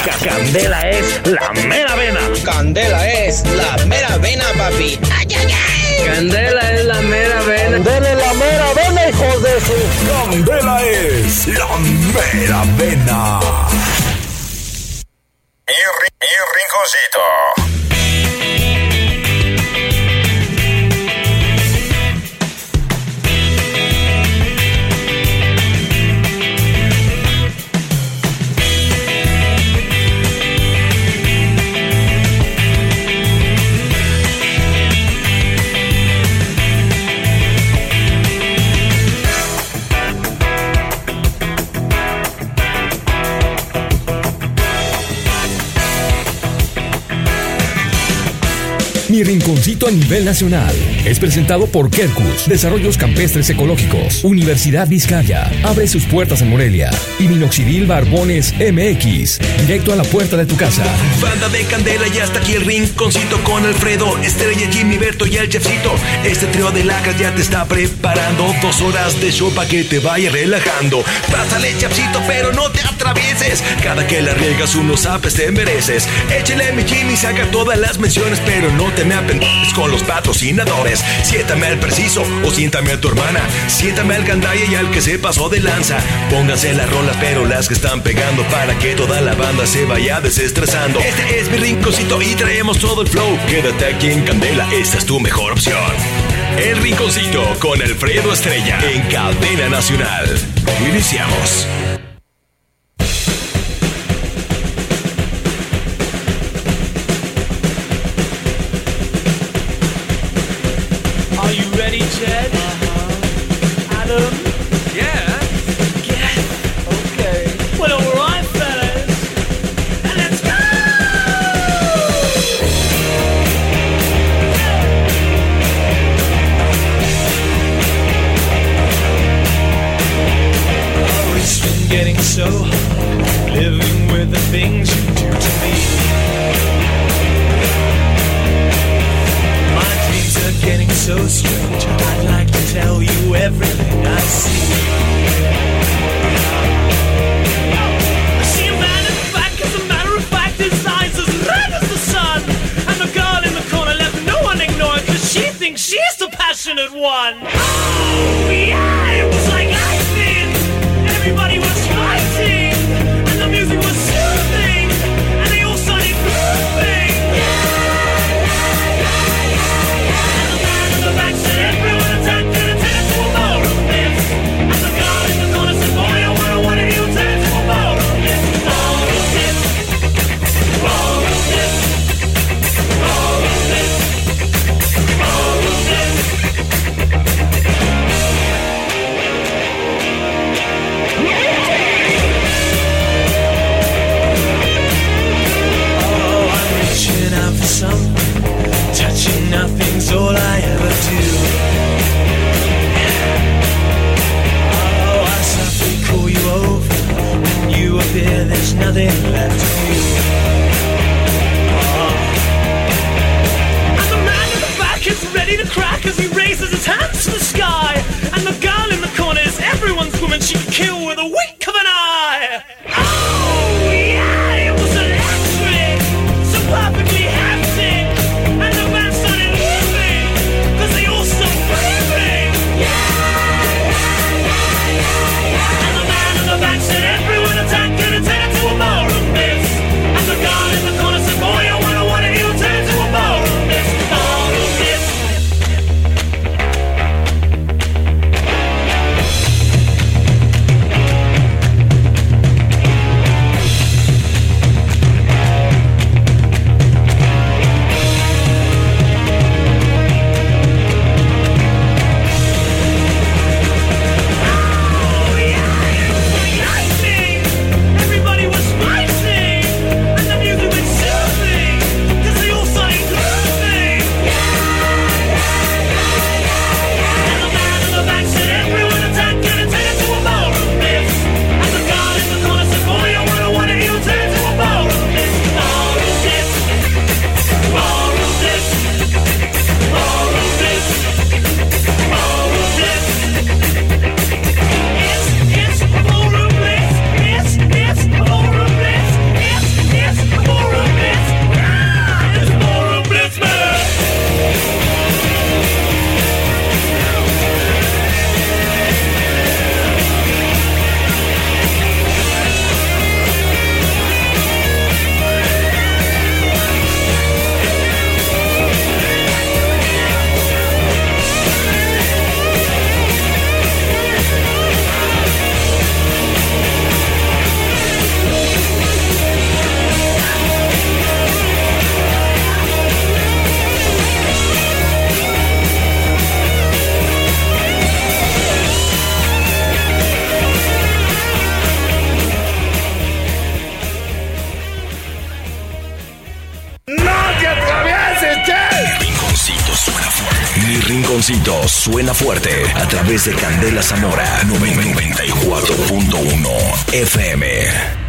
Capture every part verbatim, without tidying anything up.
Candela es la mera vena. Candela es la mera vena, papi. ¡Ay, ay, ay! Candela es la mera vena. Candela es la mera vena, hijos de su. Candela es la mera vena. Mi, ri- mi rinconcito. Mi rinconcito a nivel nacional es presentado por Kerkus, Desarrollos Campestres Ecológicos, Universidad Vizcaya, abre sus puertas en Morelia, y Minoxidil Barbones M X, directo a la puerta de tu casa. Banda de Candela, y hasta aquí el rinconcito con Alfredo, Estrella, Jimmy, Berto y el Chefcito. Este trío de lacras ya te está preparando dos horas de show para que te vaya relajando. Pásale, Chefcito, pero no te atravieses, cada que la riegas unos apes te mereces. Échale mi Jimmy, saca todas las menciones, pero no te me apendejes con los patrocinadores. Siéntame al preciso o siéntame a tu hermana, siéntame al gandaya y al que se pasó de lanza. Pónganse las rolas, pero las que están pegando, para que toda la banda se vaya desestresando. Este es mi rinconcito y traemos todo el flow. Quédate aquí en Candela, esta es tu mejor opción. El rinconcito con Alfredo Estrella en Cadena Nacional. Iniciamos. Are you ready, Jed? Uh-huh. Adam? Yeah. Yeah. Okay. Well, all right, fellas. And let's go! Oh, it's been getting so hard, living with the things you do to me. Getting so strange, I'd like to tell you everything I see. I see a man in the back, as a matter of fact, his eyes as red as the sun. And the girl in the corner left no one ignored, cause she thinks she's the passionate one. Oh yeah, it was like lightning. Everybody was fighting, and the music was soothing, and they all started grooving. Touching nothing's all I ever do. Oh, I softly call you over. When you appear, there's nothing left to do. Oh. And the man in the back is ready to crack as he raises his hands to the sky. And the girl in the corner is everyone's woman. She can kill with a wink of an eye. Oh, yeah, it was electric. So perfectly hectic. And the band started moving, cause they all stopped breathing. Yeah, yeah, yeah, yeah, yeah. And the man in the back said, everyone attack, gonna turn into a ballroom this. And the girl in the corner said, boy, I wanna, wanna, it'll turn into a ballroom this. Ballroom this. Rinconcito suena fuerte a través de Candela Zamora noventa y cuatro punto uno F M.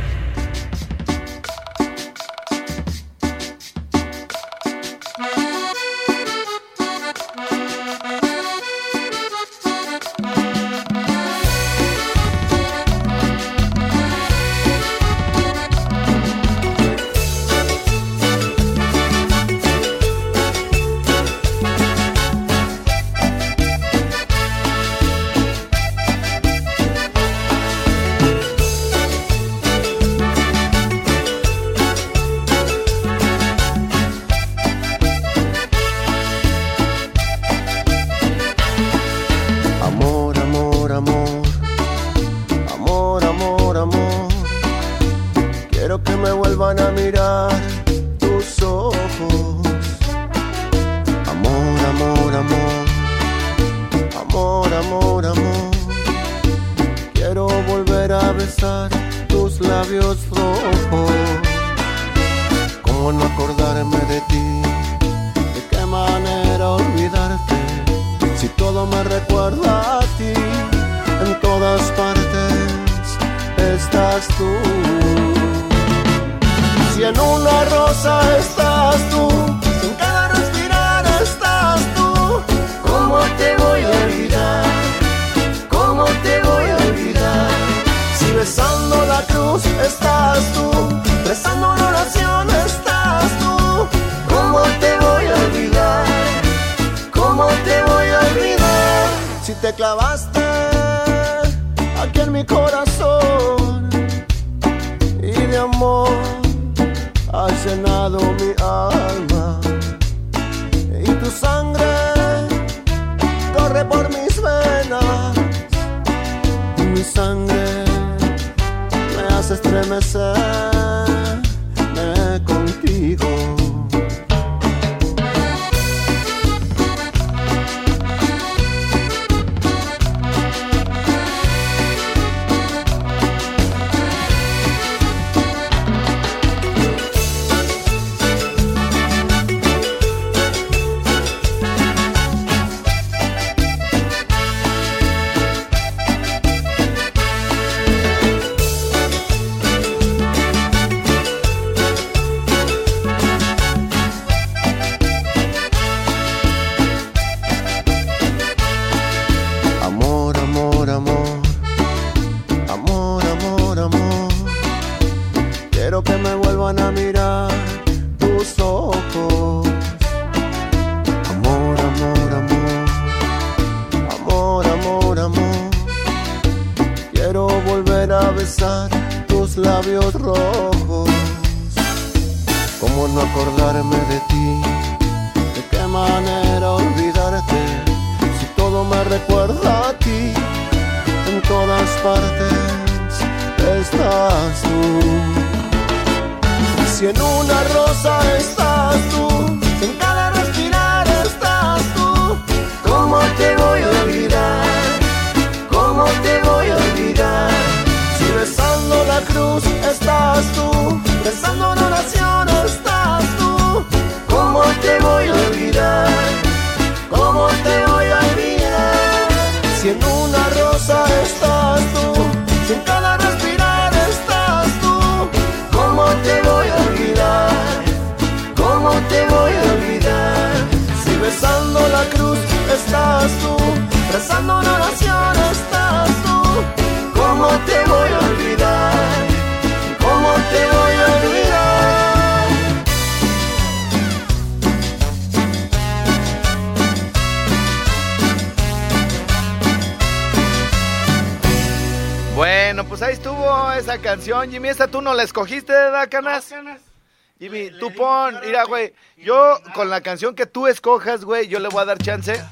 Jimmy, esa tú no la escogiste, ¿verdad, Canas? Jimmy, tú pon, mira, güey, yo con la canción que tú escojas, güey, yo le voy a dar chance.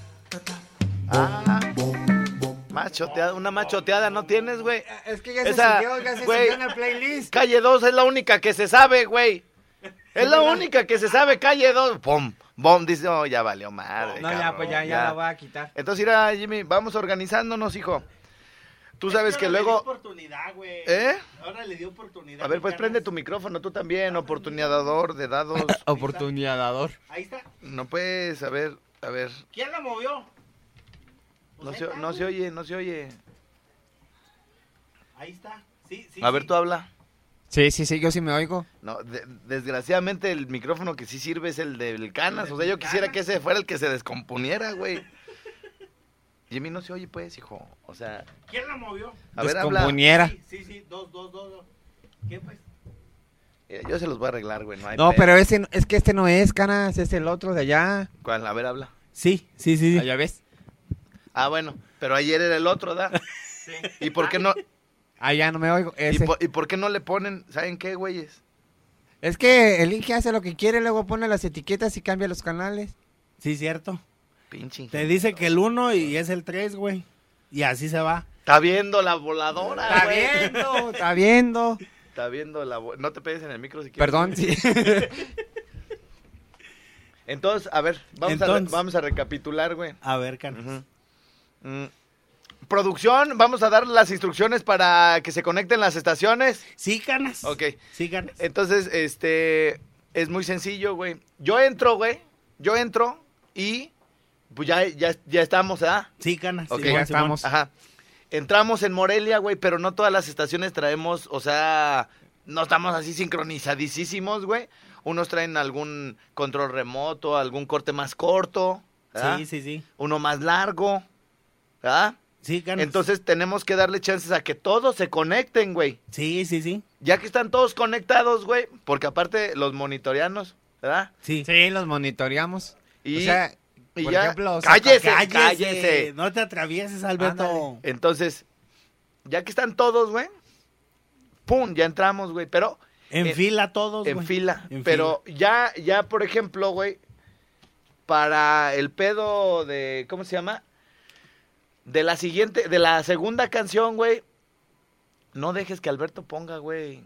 Ah, machoteada, una machoteada, ¿no tienes, güey? Es que ya se esa, subió, ya se güey, subió en el playlist. Calle dos es la única que se sabe, güey. Es la única que se sabe, Calle dos. Pum, bom, dice, oh, ya valió madre. No, cabrón, ya, pues ya, ya, ya la voy a quitar. Entonces, mira, Jimmy, vamos organizándonos, hijo. Tú sabes que, que luego... Le dio oportunidad, güey. ¿Eh? Ahora le dio oportunidad. A ver, pues prende tu micrófono, tú también, oportunidador de dados. Oportunidador. Ahí está. No puedes, a ver, a ver. ¿Quién la movió? No se, no se oye, no se oye. Ahí está. Sí, sí. A ver, sí. tú habla. Sí, sí, sí, yo sí me oigo. No, de- desgraciadamente el micrófono que sí sirve es el del Canas. O sea, yo quisiera que ese fuera el que se descomponiera, güey. Jimmy, no se oye, pues, hijo. O sea, ¿Quién la movió? a ver, habla. Descomponiera. Sí, sí, sí, dos, dos, dos, dos. ¿Qué pues? Mira, yo se los voy a arreglar, güey. No, hay No, pedo. pero ese, es que este no es, Canas, es el otro de allá. ¿Cuál? A ver, habla. Sí, sí, sí. sí. Allá ves. Ah, bueno, pero ayer era el otro, ¿da? Sí. ¿Y por qué no? Allá no me oigo, ¿Y ese. por, y por qué no le ponen, ¿saben qué, güeyes? Es que el Inge hace lo que quiere, luego pone las etiquetas y cambia los canales. Sí, cierto. Pinche. Te dice que el uno y es el tres, güey. Y así se va. Está viendo la voladora, Está güey. viendo, está viendo. Está viendo la vo- No te pegues en el micro si quieres. Perdón, sí. Entonces, a ver, vamos, A, Entonces. re- vamos a recapitular, güey. A ver, Canas. Ujú. Mm. Producción, vamos a dar las instrucciones para que se conecten las estaciones. Sí, Canas. Ok. Sí, Canas. Entonces, este, es muy sencillo, güey. Yo entro, güey. Yo entro y pues ya, ya, ya estamos, ¿ah? Sí, Canas. Ok, Simón, ya Simón. estamos. Ajá. Entramos en Morelia, güey, pero no todas las estaciones traemos, o sea, no estamos así sincronizadísimos, güey. Unos traen algún control remoto, algún corte más corto, ¿verdad? Sí, sí, sí. Uno más largo, ¿verdad? Sí, Canas. Entonces tenemos que darle chances a que todos se conecten, güey. Sí, sí, sí. Ya que están todos conectados, güey, porque aparte los monitoreanos, ¿verdad? Sí. Sí, los monitoreamos. Y, o sea, y por ya, ejemplo, o sea, cállese, Cállese. cállese. No te atravieses, Alberto. Ándale. Entonces, ya que están todos, güey, pum, ya entramos, güey, pero En Eh, fila todos, en güey. fila. En Pero ya, ya, por ejemplo, güey, para el pedo de, ¿cómo se llama? De la siguiente, de la segunda canción, güey, no dejes que Alberto ponga, güey.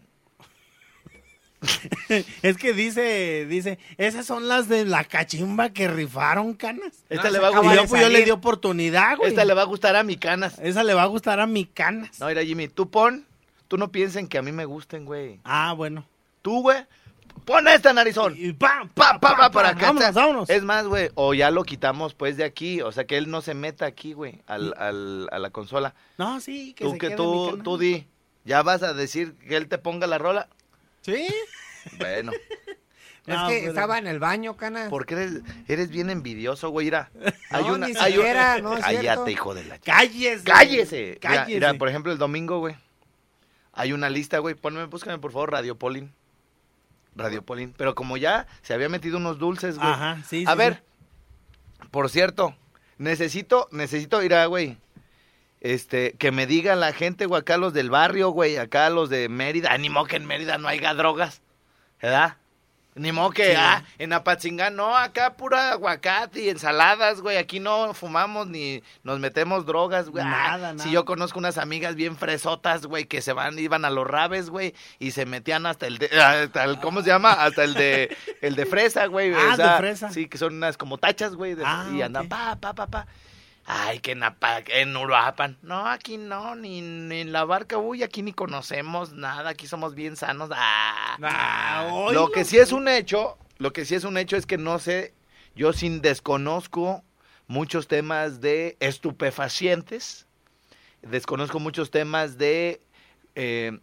Es que dice, dice, esas son las de la cachimba que rifaron, Canas. Esta No, le se va a acaba Y gustar. yo, de pues, yo le salir. di oportunidad, güey. Esta le va a gustar a mi Canas. Esa le va a gustar a mi Canas. No, mira, Jimmy, tú pon, tú no piensen que a mí me gusten, güey. Ah, bueno. Tú, güey, pon esta, narizón. Y pa, Pa, pa, pa, para acá. Vámonos, vámonos. Es más, güey, o ya lo quitamos, pues, de aquí. O sea, que él no se meta aquí, güey, al, al, a la consola. No, sí, que Tú se que quede mi tú, Canas. tú di, ¿ya vas a decir que él te ponga la rola? Sí. Bueno, Es No, que pero- estaba en el baño, Canas. porque eres, eres bien envidioso, güey, mira. Hay No, una, ni hay siquiera, una- no es Cállate, cierto. hijo de la ch- Cállese. ¡Cállese! Mira, Cállese. mira, por ejemplo, el domingo, güey, hay una lista, güey, ponme, búscame, por favor, Radio Polín. Radio Polín. Pero como ya se había metido unos dulces, güey. Ajá, sí, A sí, ver, sí. por cierto, necesito, necesito ir a, güey, este, que me diga la gente, güey, acá los del barrio, güey, acá los de Mérida. Ah, ni modo que en Mérida no haya drogas, ¿verdad? Ni modo que, Sí. ah, en Apatzingán, no, acá pura aguacate y ensaladas, güey, aquí no fumamos ni nos metemos drogas, güey. Ah, Nada, Si nada. yo conozco unas amigas bien fresotas, güey, que se van, iban a los rabes, güey, y se metían hasta el de, hasta el, ¿cómo se llama? Hasta el de, el de fresa, güey. Ah, o sea, de fresa. Sí, que son unas como tachas, güey, de- Ah, y andan ok. pa, pa, pa, pa. Ay, que en, Apa- en Uruapan. No, aquí no, ni, ni en la barca, uy, aquí ni conocemos nada, aquí somos bien sanos. Ah. Ah, Lo oílo. que sí es un hecho, lo que sí es un hecho es que no sé, yo sin desconozco muchos temas de estupefacientes, desconozco muchos temas de eh,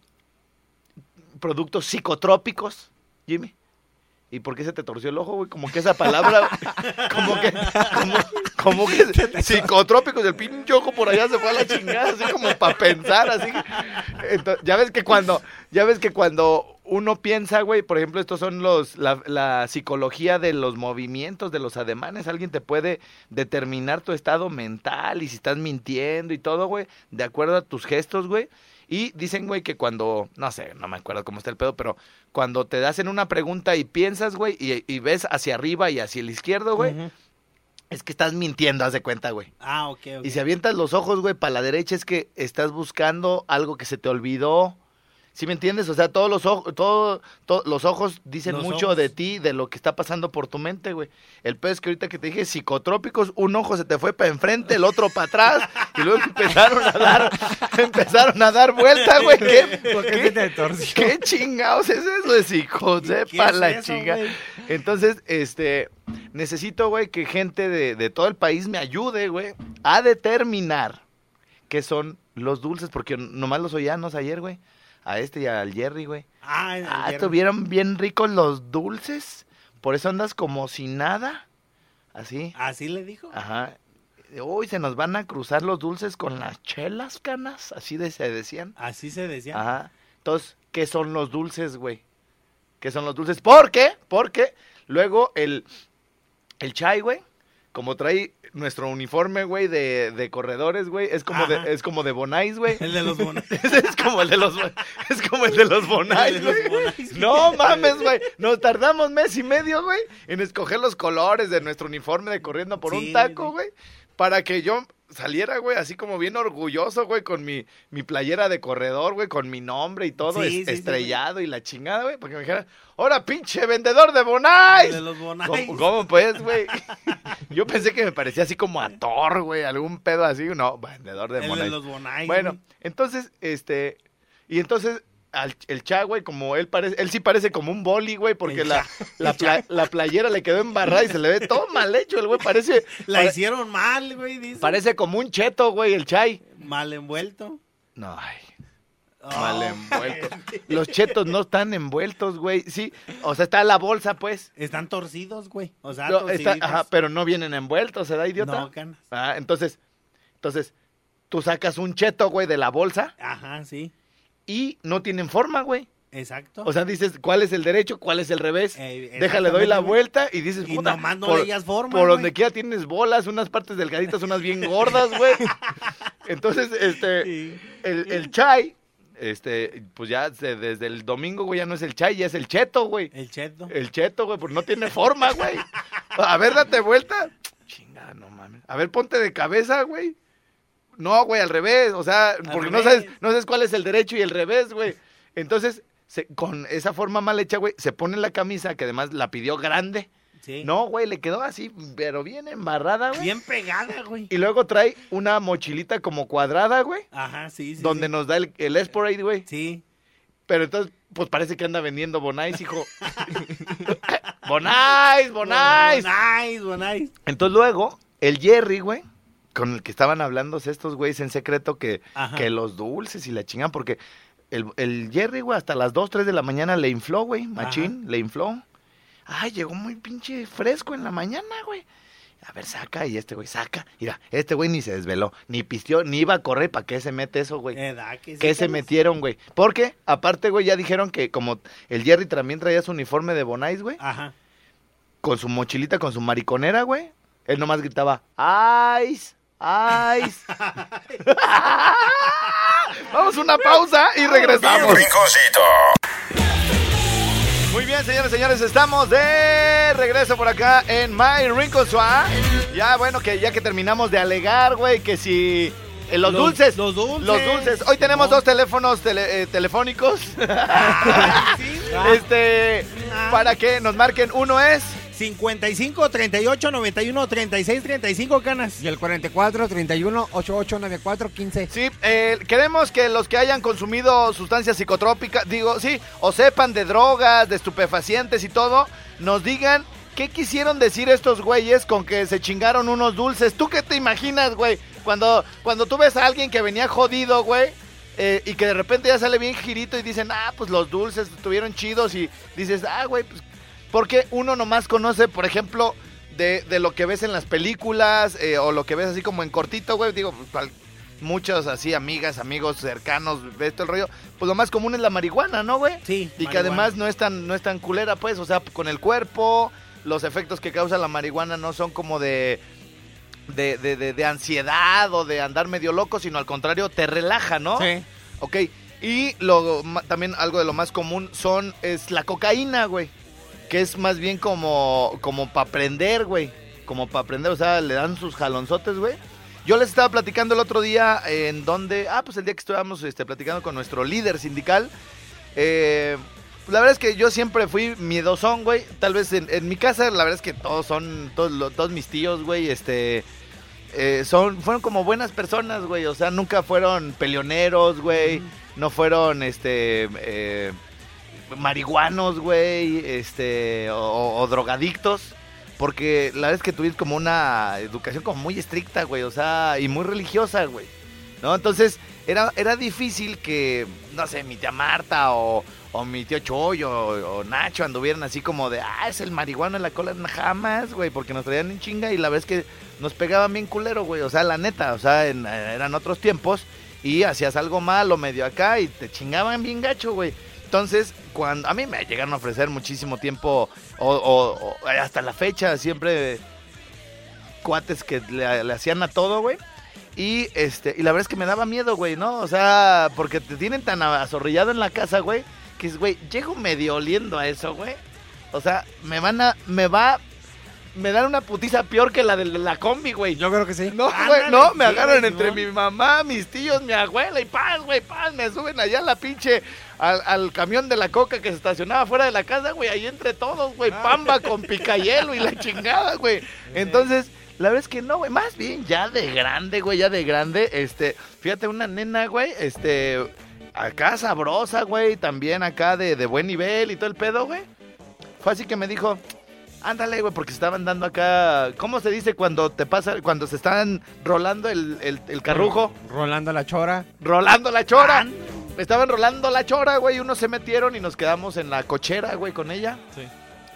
productos psicotrópicos, Jimmy. ¿Y por qué se te torció el ojo, güey? Como que esa palabra, como que, como, como que psicotrópicos, el pinche ojo por allá se fue a la chingada, así como para pensar, así. Entonces, ya ves que cuando, ya ves que cuando uno piensa, güey, por ejemplo, estos son los, la, la psicología de los movimientos, de los ademanes, alguien te puede determinar tu estado mental y si estás mintiendo y todo, güey, de acuerdo a tus gestos, güey. Y dicen, güey, que cuando, no sé, no me acuerdo cómo está el pedo, pero cuando te hacen una pregunta y piensas, güey, y, y ves hacia arriba y hacia el izquierdo, güey, Ujú. es que estás mintiendo, haz de cuenta, güey. Ah, ok, ok. Y si avientas los ojos, güey, para la derecha es que estás buscando algo que se te olvidó. ¿Sí me entiendes? O sea, todos los ojos, todo, to- los ojos dicen Los mucho ojos. de ti, de lo que está pasando por tu mente, güey. El pedo es que ahorita que te dije psicotrópicos, un ojo se te fue para enfrente, el otro para atrás, y luego empezaron a dar, empezaron a dar vuelta, güey. ¿Qué, ¿Por qué qué- se te torció? ¿Qué chingados es eso de psicos? ¿Qué Sepa es la eso, chinga. güey? Entonces, este, necesito, güey, que gente de, de todo el país me ayude, güey, a determinar qué son los dulces, porque nomás los oíamos ayer, güey. A este y al Jerry, güey. Ah, el Ah, Jerry. estuvieron bien ricos los dulces. Por eso andas como si nada. Así. ¿Así le dijo? Ajá. Uy, se nos van a cruzar los dulces con las chelas, canas. Así de, se decían. Así se decía. Ajá. Entonces, ¿qué son los dulces, güey? ¿Qué son los dulces? ¿Por qué? Porque luego el, el Chai, güey, como trae nuestro uniforme, güey, de, de corredores, güey, es como Ajá. de, es como de Bonais, güey. El de los Bonais. es como el de los, es como el de los Bonais, El de los güey. Bonais. No mames, güey. Nos tardamos mes y medio, güey, en escoger los colores de nuestro uniforme de corriendo por Sí, un taco, sí. güey, para que yo saliera, güey, así como bien orgulloso, güey, con mi, mi playera de corredor, güey, con mi nombre y todo Sí, es- sí, sí, estrellado y la chingada, güey, porque me dijera, ¡ahora pinche vendedor de Bonais! El de los Bonais. ¿Cómo, cómo, pues, güey? Yo pensé que me parecía así como a Thor, güey, algún pedo así, no, vendedor de El de Bonais. los Bonais, Bueno, güey. entonces, este, y entonces al, el Cha, güey, como él parece, él sí parece como un boli, güey, porque El la, Cha. la, pla- la playera le quedó embarrada y se le ve todo mal hecho, el güey parece, La pare- hicieron mal, güey, dice. parece como un cheto, güey, el Chai. Mal envuelto. No, ay, Oh, mal envuelto. Los chetos no están envueltos, güey, sí, o sea, está la bolsa, pues. Están torcidos, güey. O sea, No, está- torciditos. ajá, pero no vienen envueltos, ¿se da idiota? No, canas. Ah, entonces, entonces, tú sacas un cheto, güey, de la bolsa Ajá, sí. y no tienen forma, güey. Exacto. O sea, dices, ¿cuál es el derecho? ¿Cuál es el revés? Eh, Déjale, doy la exactamente, güey. vuelta y dices, Y puta, nomás no por, le hallas forma, por donde güey. quiera tienes bolas, unas partes delgaditas, unas bien gordas, güey. Entonces, este, Sí. el, el Chai, este, pues ya se- desde el domingo, güey, ya no es el Chai, ya es el cheto, güey. El cheto. El cheto, güey, pues no tiene forma, güey. A ver, date vuelta. Chingada, no mames. A ver, ponte de cabeza, güey. No, güey, al revés. O sea, porque no revés. sabes, no sabes cuál es el derecho y el revés, güey. Entonces, se- con esa forma mal hecha, güey, se pone la camisa, que además la pidió grande. Sí. No, güey, le quedó así, pero bien embarrada, güey. Bien pegada, güey. Y luego trae una mochilita como cuadrada, güey, Ajá, sí, sí. donde sí. nos da el, el Esporade, güey. Sí. Pero entonces, pues parece que anda vendiendo Bonais, hijo. Bonais, Bonais. Bonais, Bonais. Entonces luego, el Jerry, güey, con el que estaban hablándose estos güeyes en secreto que, Ajá. que los dulces y la chingan, porque el, el Jerry, güey, hasta las dos, tres de la mañana le infló, güey, machín, le infló. Ay, llegó muy pinche fresco en la mañana, güey. A ver, saca, y este güey saca. Mira, este güey ni se desveló, ni pisteó, ni iba a correr. ¿Para qué se mete eso, güey? Edad que sí, ¿Qué se canas. metieron, güey? Porque, aparte, güey, ya dijeron que como el Jerry también traía su uniforme de Bonais, güey, Ajá. con su mochilita, con su mariconera, güey, él nomás gritaba, ¡Ice! ¡Ice! Vamos a una pausa y regresamos. Mi rinconcito. Muy bien, señores, señores, estamos de regreso por acá en My Wrinkle Swap. Ya, bueno, que ya que terminamos de alegar, güey, que si... eh, los, Los- dulces. los dulces. Los dulces. Hoy tenemos Simón. dos teléfonos tele- eh, telefónicos. Sí, este, para que nos marquen. Uno es... cincuenta y cinco, treinta y ocho, noventa y uno, treinta y seis, treinta y cinco, canas. Y el cuarenta y cuatro, treinta y uno, ochenta y ocho, noventa y cuatro, quince. Sí, eh, queremos que los que hayan consumido sustancias psicotrópicas, digo, sí, o sepan de drogas, de estupefacientes y todo, nos digan qué quisieron decir estos güeyes con que se chingaron unos dulces. ¿Tú qué te imaginas, güey? Cuando, cuando tú ves a alguien que venía jodido, güey, eh, y que de repente ya sale bien girito y dicen, ah, pues los dulces estuvieron chidos y dices, ah, güey, pues... Porque uno nomás conoce, por ejemplo, de, de lo que ves en las películas eh, o lo que ves así como en cortito, güey. Digo, pues, cual- muchos así, amigas, amigos cercanos, de esto el rollo. Pues lo más común es la marihuana, ¿no, güey? Sí, Y que además no es tan, no es tan culera, pues. O sea, con el cuerpo, los efectos que causa la marihuana no son como de... De, de, de, de ansiedad o de andar medio loco, sino al contrario, te relaja, ¿no? Sí. Ok. Y lo, ma- también algo de lo más común son, es la cocaína, güey. Que es más bien como, como para aprender, güey. Como para aprender, o sea, le dan sus jalonzotes, güey. Yo les estaba platicando el otro día en donde, ah, pues el día que estábamos este, platicando con nuestro líder sindical. Eh, la verdad es que yo siempre fui miedosón, güey. Tal vez en, en mi casa, la verdad es que todos son, todos, lo- todos mis tíos, güey, este... eh, son, fueron como buenas personas, güey. O sea, nunca fueron peleoneros, güey. No fueron, este... eh, marihuanos, güey, este, o, o drogadictos, porque la verdad es que tuviste como una educación como muy estricta, güey, o sea, y muy religiosa, güey, ¿no? Entonces, era, era difícil que, no sé, mi tía Marta o, o mi tío Choyo o, o Nacho anduvieran así como de, ah, es el marihuano en la cola, jamás, güey, porque nos traían en chinga y la vez que nos pegaban bien culero, güey, o sea, la neta, o sea, en, eran otros tiempos y hacías algo malo medio acá y te chingaban bien gacho, güey. Entonces, cuando a mí me llegaron a ofrecer muchísimo tiempo, o, o, o hasta la fecha, siempre cuates que le, le hacían a todo, güey. Y este y la verdad es que me daba miedo, güey, ¿no? O sea, porque te tienen tan azorrillado en la casa, güey, que es, güey, llego medio oliendo a eso, güey. O sea, me van a, me va, me dan una putiza peor que la de la combi, güey. Yo creo que sí. No, Ah, güey, no, no, me sí, agarran güey, entre no. mi mamá, mis tíos, mi abuela y paz, güey, paz, me suben allá a la pinche, al, al camión de la coca que se estacionaba fuera de la casa, güey, ahí entre todos, güey, pamba con picayelo y la chingada, güey. Entonces, la verdad es que no, güey, más bien ya de grande, güey, ya de grande, este, fíjate, una nena, güey, este, acá sabrosa, güey, también acá de, de buen nivel y todo el pedo, güey. Fue así que me dijo, ándale, güey, porque estaban dando acá, ¿cómo se dice cuando te pasa, cuando se están rolando el, el, el carrujo? Rolando la chora. Rolando la chora. Estaban rolando la chora, güey, unos se metieron y nos quedamos en la cochera, güey, con ella. Sí.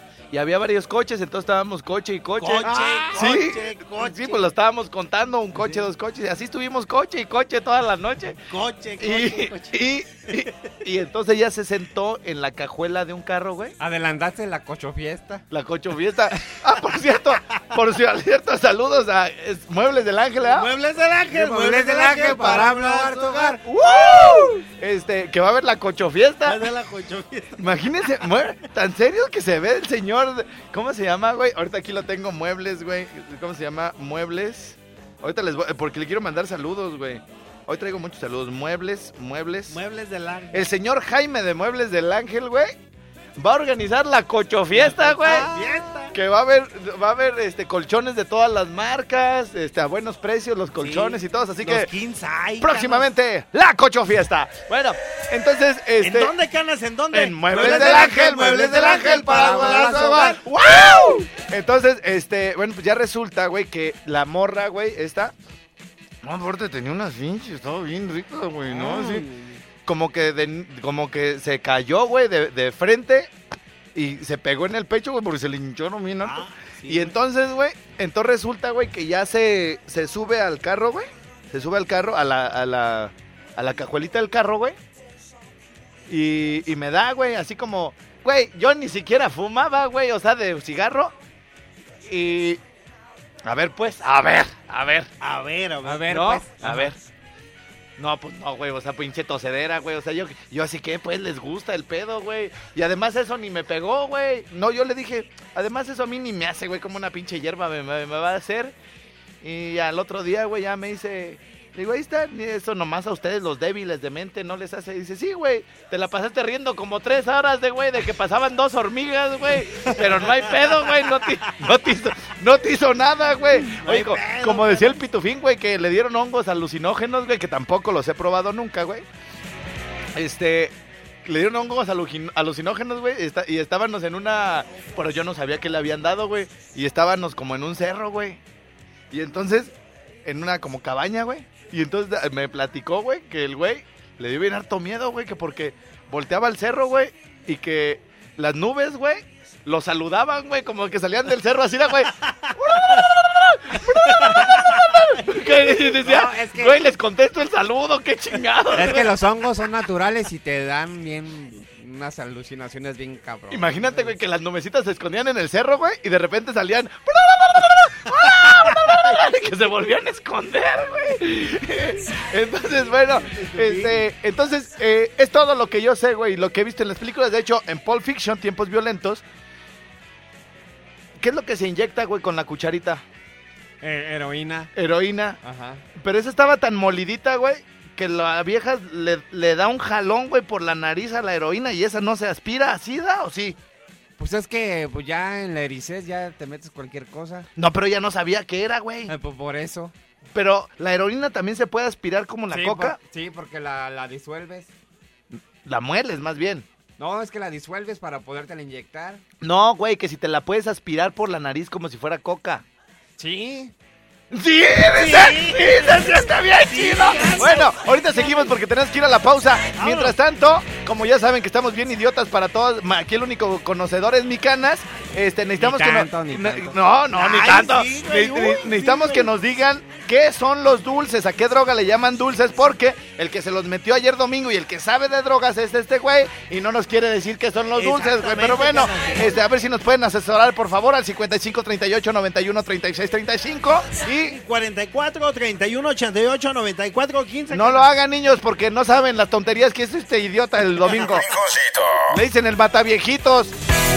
Y había varios coches, entonces estábamos coche y coche. Coche, Ah, coche, sí, coche. Sí, pues lo estábamos contando, un coche, dos coches. Y así estuvimos coche y coche toda la noche. Coche, Y, coche, coche. y, y, y entonces ella se sentó en la cajuela de un carro, güey. Adelantaste la cocho fiesta. La cocho fiesta. Ah, por cierto, por cierto, saludos a es, Muebles del Ángel, ¿ah? Muebles del Ángel, Muebles del Ángel para hablar tu hogar. ¡Woo! Este, que va a haber la cocho fiesta. Es de la cocho fiesta. Imagínense, mue- tan serio que se ve el señor. de- ¿Cómo se llama, güey? Ahorita aquí lo tengo, Muebles, güey. ¿Cómo se llama? Muebles. Ahorita les voy, porque le quiero mandar saludos, güey. Hoy traigo muchos saludos. Muebles, Muebles. Muebles del Ángel. El señor Jaime de Muebles del Ángel, güey, va a organizar la cocho fiesta, güey. Fiesta. Que va a haber, va a haber este colchones de todas las marcas, este, a buenos precios, los colchones Sí. y todos, así Los que quince hay, próximamente la cocho fiesta. Bueno, entonces, canas. ¿En este. dónde, canas? ¿En dónde? En Muebles del Ángel, Muebles del Ángel para volar su hogar. ¡Wow! Entonces, este, bueno, pues ya resulta, güey, que la morra, güey, esta. No, aparte tenía unas pinches, estaba bien rica, güey, ¿no? Así, como que, de, como que se cayó, güey, de, de frente y se pegó en el pecho, güey, porque se le hincharon bien alto. Ah, sí, y güey. entonces, güey, entonces resulta, güey, que ya se, se sube al carro, güey. Se sube al carro, a la, a la, a la cajuelita del carro, güey. Y, y me da, güey, así como, güey, yo ni siquiera fumaba, güey, o sea, de cigarro. Y, a ver, pues, a ver, a ver. A ver, a ver. A ver, ¿No? pues. A ver. No, pues no, güey, o sea, pinche tosedera, güey, o sea, yo, yo así que, pues, les gusta el pedo, güey, y además eso ni me pegó, güey, no, yo le dije, además eso a mí ni me hace, güey, como una pinche hierba me, me, me va a hacer, y al otro día, güey, ya me dice, digo, ahí está, eso nomás a ustedes los débiles de mente no les hace, dice, sí, güey, te la pasaste riendo como tres horas de, güey, de que pasaban dos hormigas, güey, pero no hay pedo, güey, no te, no te hizo, no te hizo nada, güey, oye, co- como decía el pitufín, güey, que le dieron hongos alucinógenos, güey, que tampoco los he probado nunca, güey, este... Le dieron hongos alucin- alucinógenos, güey, esta- y estábamos en una... Pero yo no sabía que le habían dado, güey, y estábamos como en un cerro, güey, y entonces, en una como cabaña, güey, y entonces eh, me platicó, güey, que el güey le dio bien harto miedo, güey, que porque volteaba al cerro, güey, y que las nubes, güey, lo saludaban, güey, como que salían del cerro así, era, güey. Que decía, No, es que- güey, les contesto el saludo, qué chingados. Es que los hongos son naturales y te dan bien unas alucinaciones bien cabrón. Imagínate, güey, que las nubecitas se escondían en el cerro, güey, y de repente salían... que se volvían a esconder, güey. Entonces, bueno, este, entonces, eh, es todo lo que yo sé, güey, lo que he visto en las películas. De hecho, en Pulp Fiction, Tiempos Violentos, ¿qué es lo que se inyecta, güey, con la cucharita? Eh, heroína. Heroína. Ajá. Pero esa estaba tan molidita, güey, que la vieja le, le da un jalón, güey, por la nariz a la heroína y esa no se aspira, ¿así da o sí? Pues es que pues ya en la ericés ya te metes cualquier cosa. No, pero ella no sabía qué era, güey. Eh, pues por eso. Pero la heroína también se puede aspirar como la sí, coca. por- sí, porque la, la disuelves. La mueles, más bien. No, es que la disuelves para podértela inyectar. No, güey, que si te la puedes aspirar por la nariz como si fuera coca. Sí. ¡Sí! ¡Sí! ¡Sí! ¡Sí! ¡Está bien chido! Bueno, ahorita seguimos porque tenemos que ir a la pausa. Mientras tanto, como ya saben que estamos bien idiotas para todos, aquí el único conocedor es mi Canas. Este, necesitamos Ni que tanto, no, ni no, tanto. no, no, ni Ay, tanto. sí, güey, Ne- uy, ne- sí, necesitamos güey. que nos digan qué son los dulces, a qué droga le llaman dulces, porque el que se los metió ayer domingo y el que sabe de drogas es este güey y no nos quiere decir qué son los dulces, güey. Pero bueno, este, a ver si nos pueden asesorar, por favor, al cincuenta y cinco, treinta y ocho, noventa y uno, treinta y seis, treinta y cinco y cuarenta y cuatro, treinta y uno, ochenta y ocho, noventa y cuatro, quince. no lo hagan, niños, porque no saben las tonterías que es este idiota el domingo. Rinconcito. Le dicen el mataviejitos.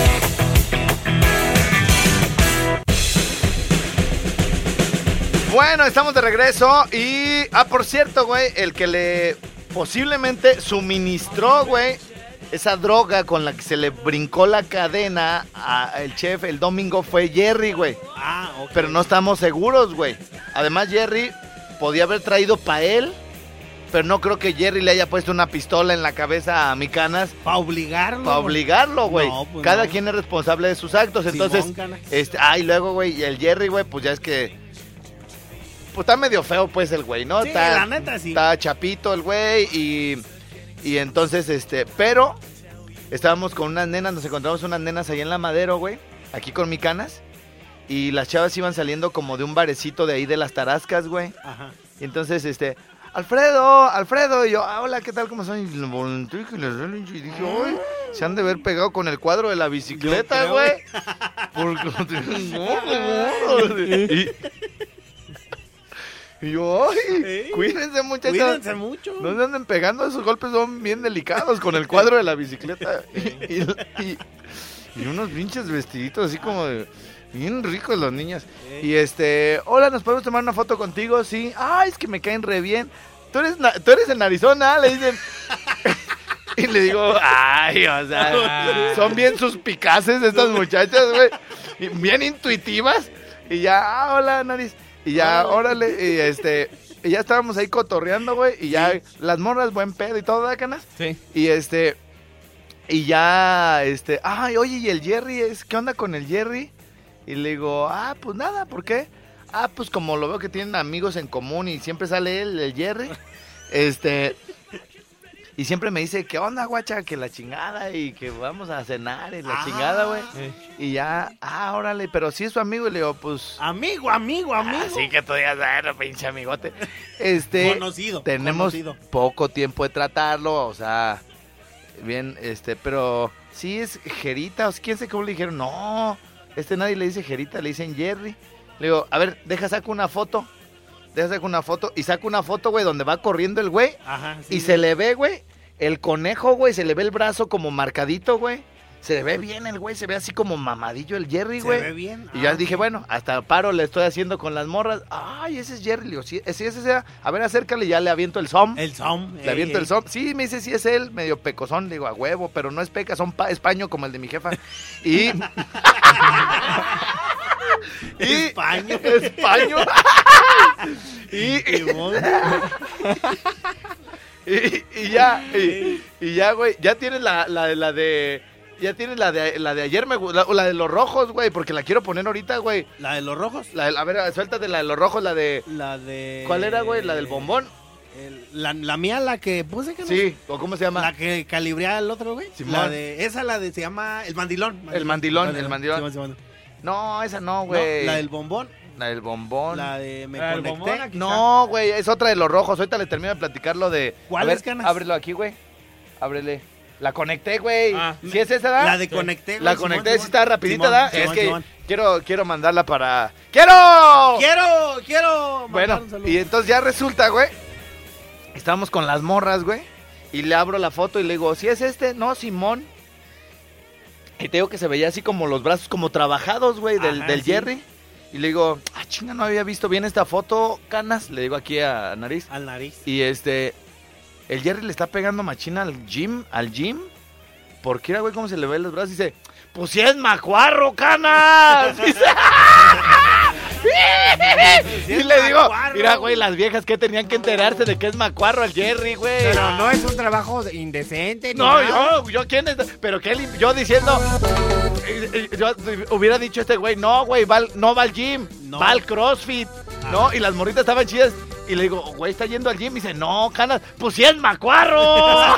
Bueno, estamos de regreso y... Ah, por cierto, güey, el que le posiblemente suministró, güey, esa droga con la que se le brincó la cadena al chef el domingo fue Jerry, güey. Ah, ok. Pero no estamos seguros, güey. Además, Jerry podía haber traído para él, pero no creo que Jerry le haya puesto una pistola en la cabeza a mi Canas. Para obligarlo. Para obligarlo, güey. No, pues Cada no. quien es responsable de sus actos. Simón, Entonces, Canas. este, ah, y luego, güey, y el Jerry, güey, pues ya es que... Pues está medio feo, pues, el güey, ¿no? Sí, está, la neta, sí. Está chapito el güey y... Y entonces, este... Pero... Estábamos con unas nenas, nos encontramos unas nenas ahí en la Madero, güey. Aquí con mi Canas. Y las chavas iban saliendo como de un barecito de ahí de las Tarascas, güey. Ajá. Y entonces, este... Alfredo, Alfredo, y yo, ah, hola, ¿qué tal? ¿Cómo son? Y le volteé y les relincho y dije, uy, se han de haber pegado con el cuadro de la bicicleta, Yo güey. creo, Porque y, y yo, ay, Ey, cuídense, muchachos. Cuídense mucho. No se anden pegando, esos golpes son bien delicados con el cuadro de la bicicleta. Y, y- y- y unos pinches vestiditos así como de... Bien ricos los niños. Y este, hola, ¿nos podemos tomar una foto contigo? Sí. Ay, es que me caen re bien. Tú eres, na- tú eres en Arizona, le dicen. Y le digo, ay, o sea, son bien suspicaces estas muchachas, güey. Y bien intuitivas. Y ya, ah, hola, nariz. Y ya, órale, y este, y ya estábamos ahí cotorreando, güey. Y ya, las morras, buen pedo y todo, ¿verdad, Canas? Sí. Y este, y ya, este, ay, oye, ¿y el Jerry es? ¿Qué onda con el Jerry? Y le digo, ah, pues nada, ¿por qué? Ah, pues como lo veo que tienen amigos en común y siempre sale él, el Jerry, este, y siempre me dice, ¿qué onda, guacha? Que la chingada y que vamos a cenar y la Ah, chingada, güey. eh. Y ya, ah, órale, pero si es su amigo, y le digo, pues... Amigo, amigo, amigo. Así que tú digas, bueno, pinche amigote. Este, Conocido, tenemos conocido. poco tiempo de tratarlo, o sea, bien, este, pero sí es Jerita, o sea, quién sé cómo le dijeron, no, este nadie le dice Jerita, le dicen Jerry. Le digo, a ver, deja saco una foto, deja saco una foto, y saco una foto, güey, donde va corriendo el güey, Ajá, sí, y sí. se le ve, güey, el conejo, güey, se le ve el brazo como marcadito, güey. Se le ve bien el güey, se ve así como mamadillo el Jerry, Se güey. ve bien. Y ya Ah, dije, ok. bueno, hasta paro le estoy haciendo con las morras. Ay, ese es Jerry. Le digo, sí, ese, ese, ese. A ver, acércale, ya le aviento el som. El som. Le aviento el som. Sí, me dice, sí es él, medio pecozón. Le digo, a huevo, pero no es peca, son pa españo como el de mi jefa. Y... y... Españo. Españo. y... y, y ya, y, y ya, güey, ya tienes la, la, la de... Ya tienes la de, la de ayer, me, gu- la, la de los rojos, güey, porque la quiero poner ahorita, güey. La de los rojos. La de- a ver, suéltate la de los rojos, la de... La de... ¿Cuál era, güey? ¿La del bombón? El- la, la mía, la que puse, que no Sí, ¿o cómo se llama? La que calibrea el otro, güey. Simón. La de... Esa, la de... Se llama... El mandilón. El mandilón, el mandilón. Simón, Simón. No, esa no, No, güey. la del bombón. La del bombón. La de Me La del Conecté. bombón, aquí No, güey, es otra de los rojos. Ahorita le termino de platicar lo de... ¿Cuál A ver, es, Canas? ábrelo aquí, güey. Ábrele. La conecté, güey. Ah. ¿Sí es esa, da? La de Conecté, güey, La Simón, conecté, Simón. sí está rapidita, Simón, da. Es Simón, que Simón. quiero quiero mandarla para... ¡Quiero! Quiero, quiero. mandar Bueno, un saludo. y entonces ya resulta, güey, estábamos con las morras, güey, y le abro la foto y le digo, ¿sí es este? No, Simón. Y te digo que se veía así como los brazos como trabajados, güey, del, Ajá, del sí. Jerry. Y le digo, ah, chinga, no había visto bien esta foto, Canas. Le digo aquí a Nariz. Al nariz. Y este, el Jerry le está pegando machina al gym, al gym. Porque era, güey, cómo se le ve los brazos. Y dice, pues si es macuarro, Canas. Dice, Y le digo, mira, güey, las viejas que tenían que enterarse de que es macuarro el Jerry, güey. Pero no es un trabajo indecente. No, ni nada. yo, yo, ¿quién es? Pero que él, yo diciendo, eh, eh, yo hubiera dicho este güey, no, güey, va al- no va al gym, No. va al CrossFit, ¿no? Y las morritas estaban chidas. Y le digo, güey, ¿está yendo al gym? Y dice, no, canas, pues sí es macuarro.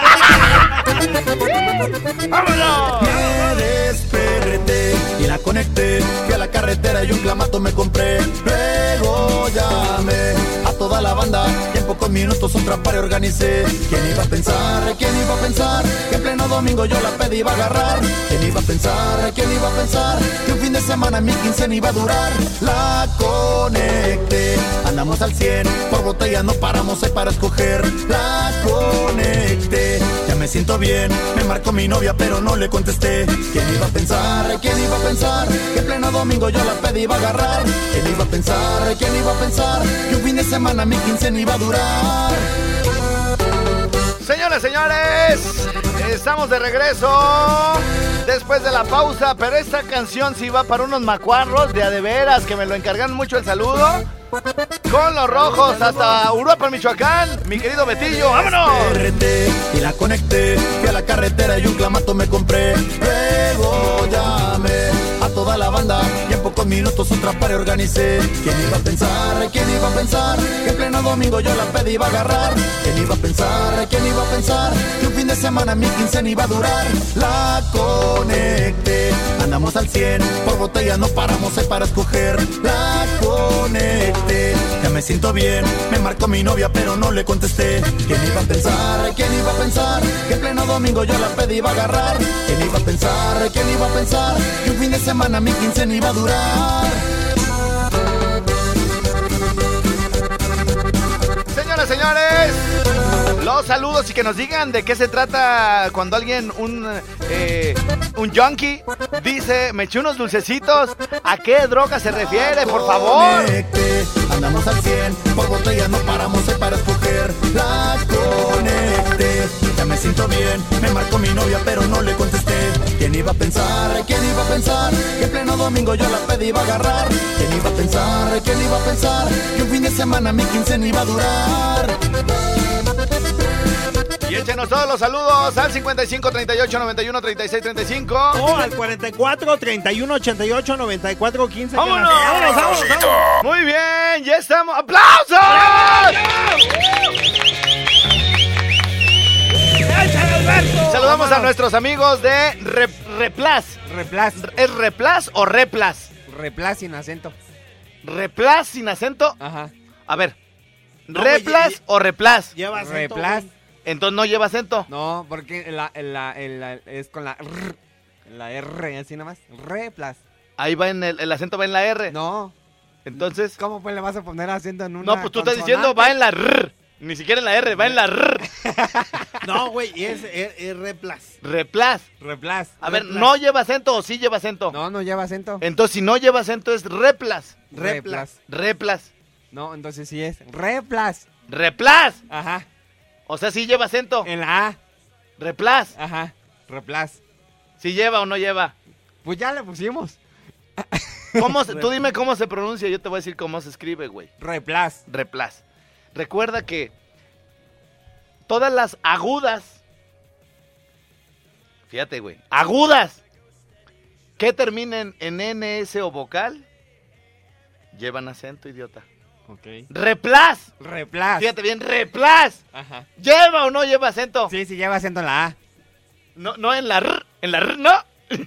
¡Vámonos! Me desperté y la conecté, fui a la carretera y un clamato me compré. Luego llamé a toda la banda y en pocos minutos un trapario organicé. ¿Quién iba a pensar, quién iba a pensar que en pleno domingo yo la pedí iba a agarrar? ¿Quién iba a pensar, quién iba a pensar que un fin de semana mi quincena iba a durar? La conecté, andamos al cien, por botella no paramos, hay para escoger. La conecté, ya me siento bien, me marcó mi novia pero no le contesté. ¿Quién iba a pensar, quién iba a pensar que en pleno domingo yo la pedí iba a agarrar? ¿Quién iba a pensar, quién iba a pensar que un fin de semana mi quincena iba a durar? Señoras, señores, estamos de regreso después de la pausa, pero esta canción sí va para unos macuarros de a de veras que me lo encargan mucho el saludo. Con los rojos hasta Uruapan, Michoacán, mi querido Betillo, ¡vámonos! Desperté y la conecté, fui a la carretera y un clamato me compré. Luego llamé a toda la banda y en pocos minutos un trapario organicé. ¿Quién iba a pensar, quién iba a pensar que en pleno domingo yo la pedí iba a agarrar? ¿Quién iba a pensar, quién iba a pensar que un fin de semana mi quincena iba a durar? La conecté, andamos al cien, por botella no paramos, hay para escoger. La conecté, ya me siento bien, me marcó mi novia pero no le contesté. ¿Quién iba a pensar, quién iba a pensar que en pleno domingo yo la pedí iba a agarrar? ¿Quién iba a pensar, quién iba a pensar que un fin de semana mi quincena iba a durar? Señoras, señores, los saludos y que nos digan de qué se trata cuando alguien, un eh, un junkie, dice, me eché unos dulcecitos. ¿A qué droga se refiere, por favor? Conecté, andamos al cien, por botella no paramos, hay para escoger. La conecté, ya me siento bien, me marcó mi novia pero no le contesté. ¿Quién iba a pensar, quién iba a pensar que en pleno domingo yo la pedí iba a agarrar? ¿Quién iba a pensar, quién iba a pensar que un fin de semana mi quincena iba a durar? Y échenos todos los saludos al cincuenta y cinco, treinta y ocho, noventa y uno, treinta y seis, treinta y cinco. O al cuarenta y cuatro, treinta y uno, ochenta y ocho, noventa y cuatro, quince. ¡Vámonos! ¡Vámonos, vámonos, vámonos! Muy bien, ya estamos. ¡Aplausos! Saludamos a nuestros amigos de Re- Replas. Replas. ¿Es Replas o Replas? Replas sin acento. ¿Replas sin acento? Ajá. A ver, No, ¿Replas güey, o Replas? Lleva acento, Replas. güey. Entonces no lleva acento. No, porque la, la, la- es con la R, la R, así nomás. Replas. Ahí va en el, el acento va en la R. No. Entonces, ¿Cómo pues le vas a poner acento en una no, pues tú estás consonante? diciendo va en la R. Ni siquiera en la R, va en la R. No, güey, es, es, es Replas. Replas. Replas. A ver, Replas. ¿no lleva acento o sí lleva acento? No, no lleva acento. Entonces, si no lleva acento es Replas. Replas. Replas. No, entonces sí es Replas. Replas. Ajá. O sea, sí lleva acento. En la A. Replas. Ajá. Replas. ¿Sí lleva o no lleva? Pues ya le pusimos. ¿Cómo se- tú dime cómo se pronuncia, yo te voy a decir cómo se escribe, güey. Replas. Replas. Recuerda que todas las agudas, fíjate, güey, agudas que terminen en N S o vocal, llevan acento, idiota. Ok. Replas. Replas. Fíjate bien, replas. Ajá. ¿Lleva o no lleva acento? Sí, sí lleva acento en la A. No, no en la R, en la R, no.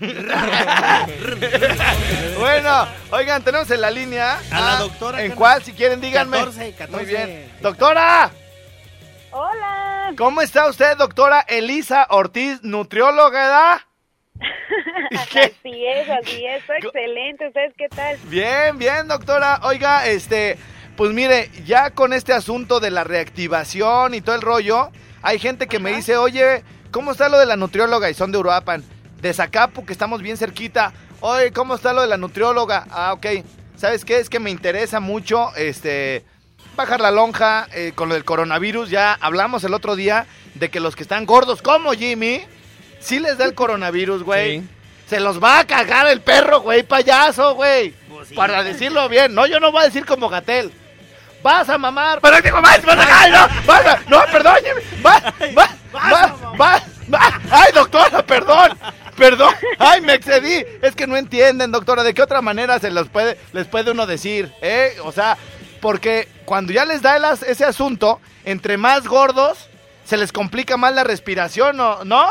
Bueno, oigan, tenemos en la línea A la doctora, ¿En Carlos. cuál? Si quieren, díganme. catorce, catorce. Muy bien. Doctora, Hola. ¿cómo está usted, doctora Elisa Ortiz, nutrióloga, ¿verdad? ¿Qué? Así es, así es. Estoy excelente. ¿Ustedes qué tal? Bien, bien, doctora. Oiga, este, pues mire, ya con este asunto de la reactivación y todo el rollo, hay gente que me dice, oye, ¿cómo está lo de la nutrióloga? Y son de Uruapan, de Zacapu, que estamos bien cerquita. Oye, ¿cómo está lo de la nutrióloga? Ah, ok. ¿Sabes qué? Es que me interesa mucho, este, bajar la lonja eh, con lo del coronavirus. Ya hablamos el otro día de que los que están gordos, como Jimmy, sí les da el coronavirus, güey. Sí. Se los va a cagar el perro, güey, payaso, güey. para decirlo bien. No, yo no voy a decir como Gatell. Vas a mamar. Pero digo, vas, vas a... Ay, no, vas a... No, perdón, vas, vas, vas, vas, vas. Ay, doctora, perdón. Perdón, ay, me excedí. Es que no entienden, doctora, de qué otra manera se los puede, les puede uno decir, ¿eh? O sea, porque cuando ya les da el, ese asunto, entre más gordos, se les complica más la respiración, ¿no? ¿no?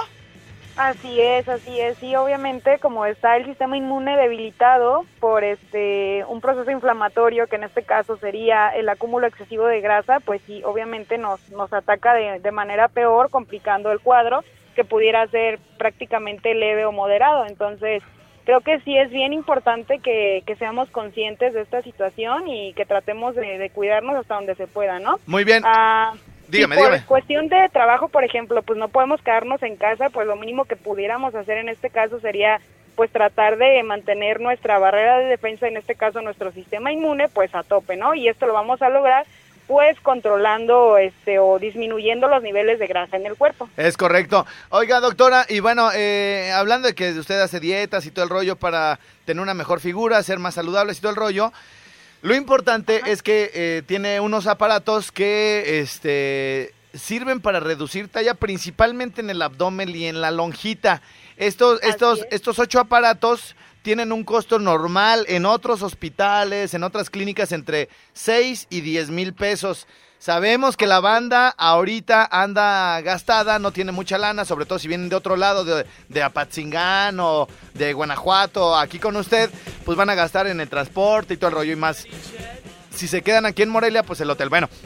Así es, así es. Sí, obviamente, como está el sistema inmune debilitado por este un proceso inflamatorio, que en este caso sería el acúmulo excesivo de grasa, pues sí, obviamente nos, nos ataca de, de manera peor, complicando el cuadro, que pudiera ser prácticamente leve o moderado. Entonces, creo que sí es bien importante que, que seamos conscientes de esta situación y que tratemos de, de cuidarnos hasta donde se pueda, ¿no? Muy bien. Ah, dígame, si por dígame. cuestión de trabajo, por ejemplo, pues no podemos quedarnos en casa, pues lo mínimo que pudiéramos hacer en este caso sería pues tratar de mantener nuestra barrera de defensa, en este caso nuestro sistema inmune, pues a tope, ¿no? Y esto lo vamos a lograr pues controlando este o disminuyendo los niveles de grasa en el cuerpo. Es correcto. Oiga, doctora, y bueno, eh, hablando de que usted hace dietas y todo el rollo para tener una mejor figura, ser más saludables y todo el rollo, lo importante Ajá. es que eh, tiene unos aparatos que este sirven para reducir talla, principalmente en el abdomen y en la lonjita. Estos, estos, estos ocho aparatos tienen un costo normal en otros hospitales, en otras clínicas, entre seis y diez mil pesos. Sabemos que la banda ahorita anda gastada, no tiene mucha lana, sobre todo si vienen de otro lado, de, de Apatzingán o de Guanajuato, aquí con usted, pues van a gastar en el transporte y todo el rollo y más. Si se quedan aquí en Morelia, pues el hotel. Bueno,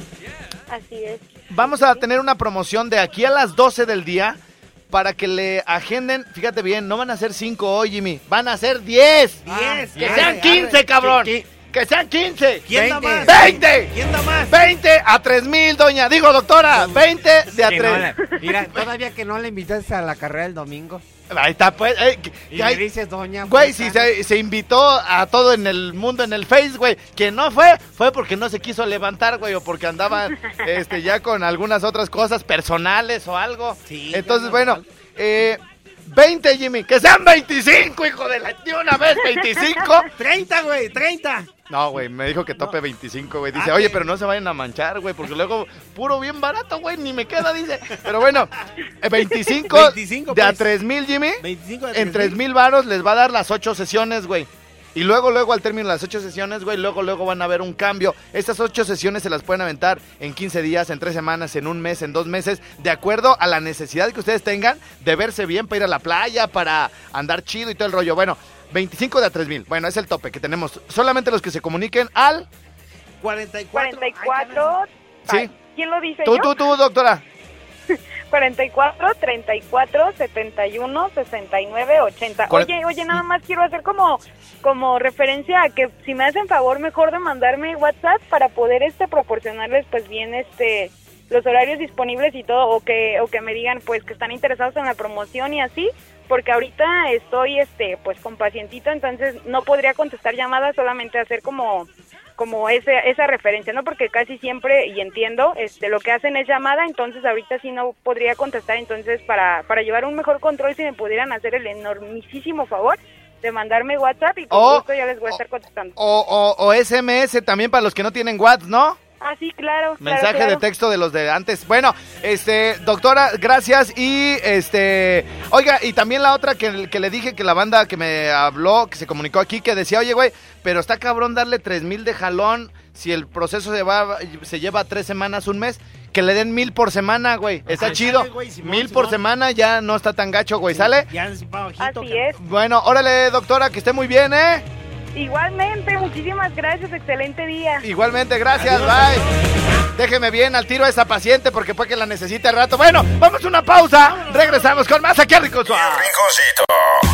así es. Vamos a tener una promoción de aquí a las doce del día, para que le agenden, fíjate bien, no van a ser cinco hoy, Jimmy, van a ser diez. diez. Que sean quince, cabrón. ¿Qué, qué? Que sean quince. ¿Quién da más? veinte. ¿Quién da más? veinte a tres mil, doña. Digo, doctora, veinte de a Que no tres. le- mira, todavía que no le invitas a la carrera el domingo. Ahí está, pues. eh, que- Y que le hay- dices, doña. Güey, fulana. si se, se invitó a todo en el mundo, en el Face, güey. Que no fue, fue porque no se quiso levantar, güey, o porque andaba este, ya con algunas otras cosas personales o algo. Sí, Entonces, ya bueno, normal. eh, veinte, Jimmy. Que sean veinticinco, hijo de la... De una vez, veinticinco. treinta, güey, treinta. No, güey, me dijo que tope veinticinco, güey. Dice, Ah, oye, ¿qué? pero no se vayan a manchar, güey, porque luego puro bien barato, güey, ni me queda, dice. Pero bueno, eh, veinticinco, veinticinco, de a pues. tres mil, Jimmy. veinticinco de En tres mil varos les va a dar las ocho sesiones, güey. Y luego, luego, al término de las ocho sesiones, güey, luego, luego van a ver un cambio. Estas ocho sesiones se las pueden aventar en quince días, en tres semanas, en un mes, en dos meses, de acuerdo a la necesidad que ustedes tengan de verse bien para ir a la playa, para andar chido y todo el rollo. Bueno, veinticinco de a tres mil. Bueno, es el tope que tenemos. Solamente los que se comuniquen al... cuarenta y cuatro. cuarenta y cuatro. Sí. Ay, ¿quién lo dice Tú, yo? tú, tú, doctora. cuarenta y cuatro, treinta y cuatro, setenta y uno, sesenta y nueve, ochenta. Cuar- Oye, oye, nada más quiero hacer como como referencia a que si me hacen favor mejor de mandarme WhatsApp para poder este proporcionarles pues bien este los horarios disponibles y todo, o que o que me digan pues que están interesados en la promoción y así, porque ahorita estoy este pues con pacientito, entonces no podría contestar llamadas, solamente hacer como como ese, esa referencia, ¿no? Porque casi siempre, y entiendo, este lo que hacen es llamada, entonces ahorita sí no podría contestar, entonces para para llevar un mejor control, si me pudieran hacer el enormísimo favor de mandarme WhatsApp y con Oh, gusto ya les voy a estar contestando. O, o, o S M S también para los que no tienen WhatsApp, ¿no? Ah, sí, claro. Mensaje claro, claro. de texto de los de antes. Bueno, este, doctora, gracias. Y este, oiga, y también la otra que, que le dije que la banda que me habló, que se comunicó aquí, que decía, oye, güey, pero está cabrón darle tres mil de jalón si el proceso se, va, se lleva tres semanas, un mes. Que le den mil por semana, güey. Está Ajá, chido. sale, güey, Simón, mil por Simón. semana ya no está tan gacho, güey. ¿Sale? Ya es pa' bajito, Así cabrón. es. Bueno, órale, doctora, que esté muy bien, ¿eh? Igualmente, muchísimas gracias, excelente día. Igualmente, gracias, Adiós, bye. Déjeme bien al tiro a esa paciente porque puede que la necesite al rato. Bueno, vamos a una pausa. Regresamos con más aquí a Rico Suave. Rinconcito.